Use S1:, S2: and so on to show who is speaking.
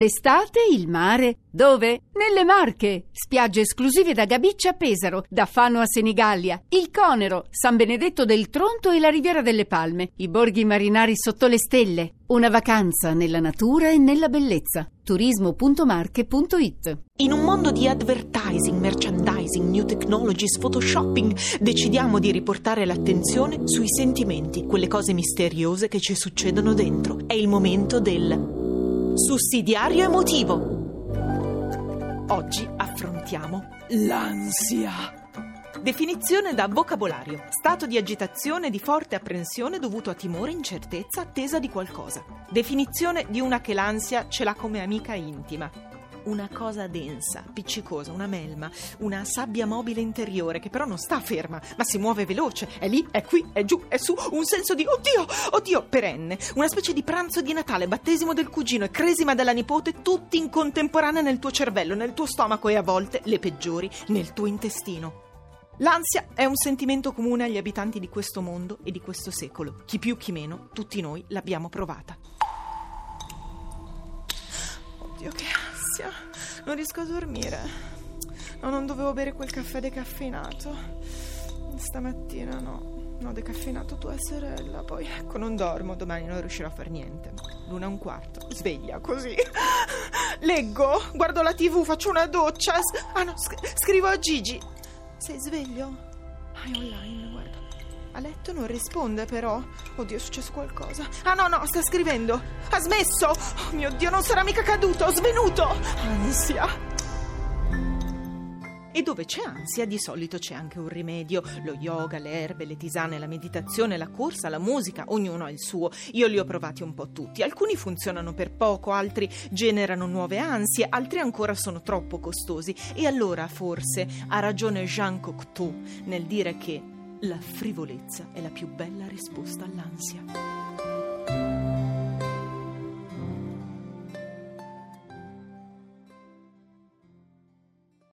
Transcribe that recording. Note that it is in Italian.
S1: Estate, il mare. Dove? Nelle Marche. Spiagge esclusive da Gabiccia a Pesaro, da Fano a Senigallia, il Conero, San Benedetto del Tronto e la Riviera delle Palme, i borghi marinari sotto le stelle. Una vacanza nella natura e nella bellezza. turismo.marche.it.
S2: In un mondo di advertising, merchandising, new technologies, photoshopping, decidiamo di riportare l'attenzione sui sentimenti, quelle cose misteriose che ci succedono dentro. È il momento del sussidiario emotivo. Oggi affrontiamo l'ansia. Definizione da vocabolario: stato di agitazione, di forte apprensione dovuto a timore, incertezza, attesa di qualcosa. Definizione di una che l'ansia ce l'ha come amica intima. Una cosa densa, appiccicosa, una melma, una sabbia mobile interiore che però non sta ferma, ma si muove veloce, è lì, è qui, è giù, è su, un senso di oddio, perenne, una specie di pranzo di Natale, battesimo del cugino e cresima della nipote, tutti in contemporanea nel tuo cervello, nel tuo stomaco e a volte, le peggiori, nel tuo intestino. L'ansia è un sentimento comune agli abitanti di questo mondo e di questo secolo. Chi più, chi meno, tutti noi l'abbiamo provata. Oddio, che ansia! Non riesco a dormire. No, non dovevo bere quel caffè decaffeinato. Stamattina no, decaffeinato tua sorella. Poi, ecco, non dormo, domani non riuscirò a far niente. 1:15, sveglia, così. Leggo, guardo la TV, faccio una doccia. Scrivo a Gigi. Sei sveglio? È online, guarda. A letto non risponde però. Oddio, è successo qualcosa. No, sta scrivendo. Ha smesso. Oh mio Dio, non sarà mica caduto, svenuto. Ansia. E dove c'è ansia di solito c'è anche un rimedio. Lo yoga, le erbe, le tisane, la meditazione, la corsa, la musica. Ognuno ha il suo. Io li ho provati un po' tutti. Alcuni funzionano per poco, altri generano nuove ansie, altri ancora sono troppo costosi. E allora forse ha ragione Jean Cocteau nel dire che la frivolezza è la più bella risposta all'ansia.